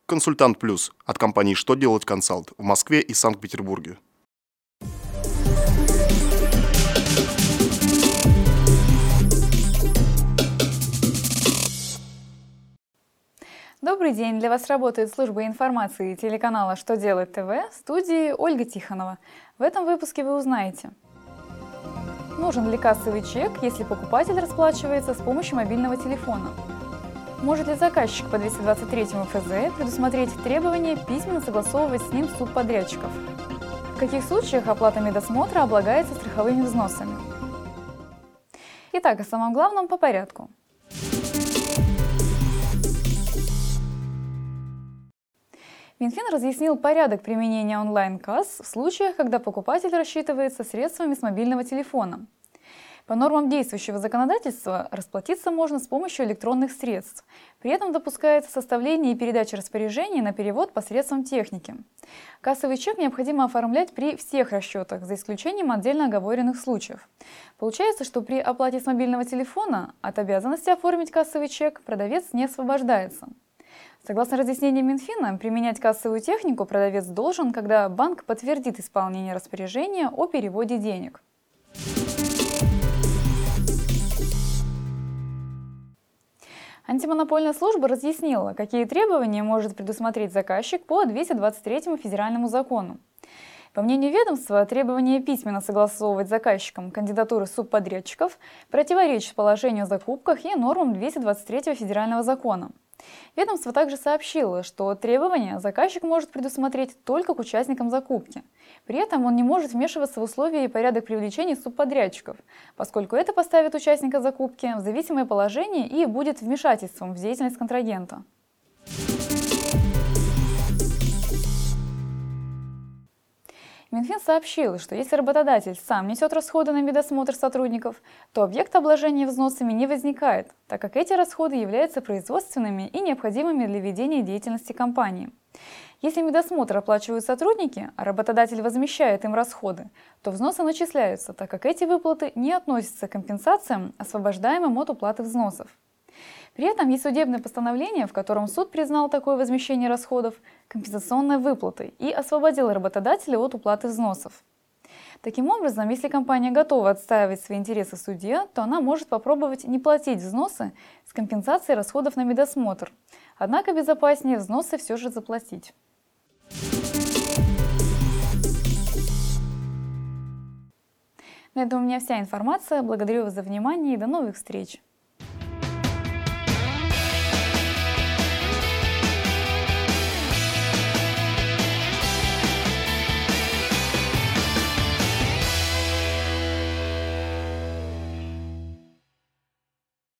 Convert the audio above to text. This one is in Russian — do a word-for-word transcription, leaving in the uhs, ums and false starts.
Консультант Плюс от компании «Что делать консалт» в Москве и Санкт-Петербурге. Добрый день! Для вас работает служба информации телеканала «Что делать ТВ», в студии Ольга Тихонова. В этом выпуске вы узнаете: нужен ли кассовый чек, если покупатель расплачивается с помощью мобильного телефона? Может ли заказчик по двести двадцать третьему эф зэ предусмотреть требования письменно согласовывать с ним субподрядчиков? В каких случаях оплата медосмотра облагается страховыми взносами? Итак, о самом главном по порядку. Минфин разъяснил порядок применения онлайн-касс в случаях, когда покупатель рассчитывается средствами с мобильного телефона. По нормам действующего законодательства расплатиться можно с помощью электронных средств. При этом допускается составление и передача распоряжений на перевод посредством техники. Кассовый чек необходимо оформлять при всех расчетах, за исключением отдельно оговоренных случаев. Получается, что при оплате с мобильного телефона от обязанности оформить кассовый чек продавец не освобождается. Согласно разъяснениям Минфина, применять кассовую технику продавец должен, когда банк подтвердит исполнение распоряжения о переводе денег. Антимонопольная служба разъяснила, какие требования может предусмотреть заказчик по двести двадцать третьему федеральному закону. По мнению ведомства, требование письменно согласовывать с заказчиком кандидатуры субподрядчиков противоречит положению о закупках и нормам двести двадцать третьего федерального закона. Ведомство также сообщило, что требования заказчик может предусмотреть только к участникам закупки. При этом он не может вмешиваться в условия и порядок привлечения субподрядчиков, поскольку это поставит участника закупки в зависимое положение и будет вмешательством в деятельность контрагента. Минфин сообщил, что если работодатель сам несет расходы на медосмотр сотрудников, то объект обложения взносами не возникает, так как эти расходы являются производственными и необходимыми для ведения деятельности компании. Если медосмотр оплачивают сотрудники, а работодатель возмещает им расходы, то взносы начисляются, так как эти выплаты не относятся к компенсациям, освобождаемым от уплаты взносов. При этом есть судебное постановление, в котором суд признал такое возмещение расходов компенсационной выплатой и освободил работодателя от уплаты взносов. Таким образом, если компания готова отстаивать свои интересы в суде, то она может попробовать не платить взносы с компенсацией расходов на медосмотр. Однако безопаснее взносы все же заплатить. На этом у меня вся информация. Благодарю вас за внимание и до новых встреч!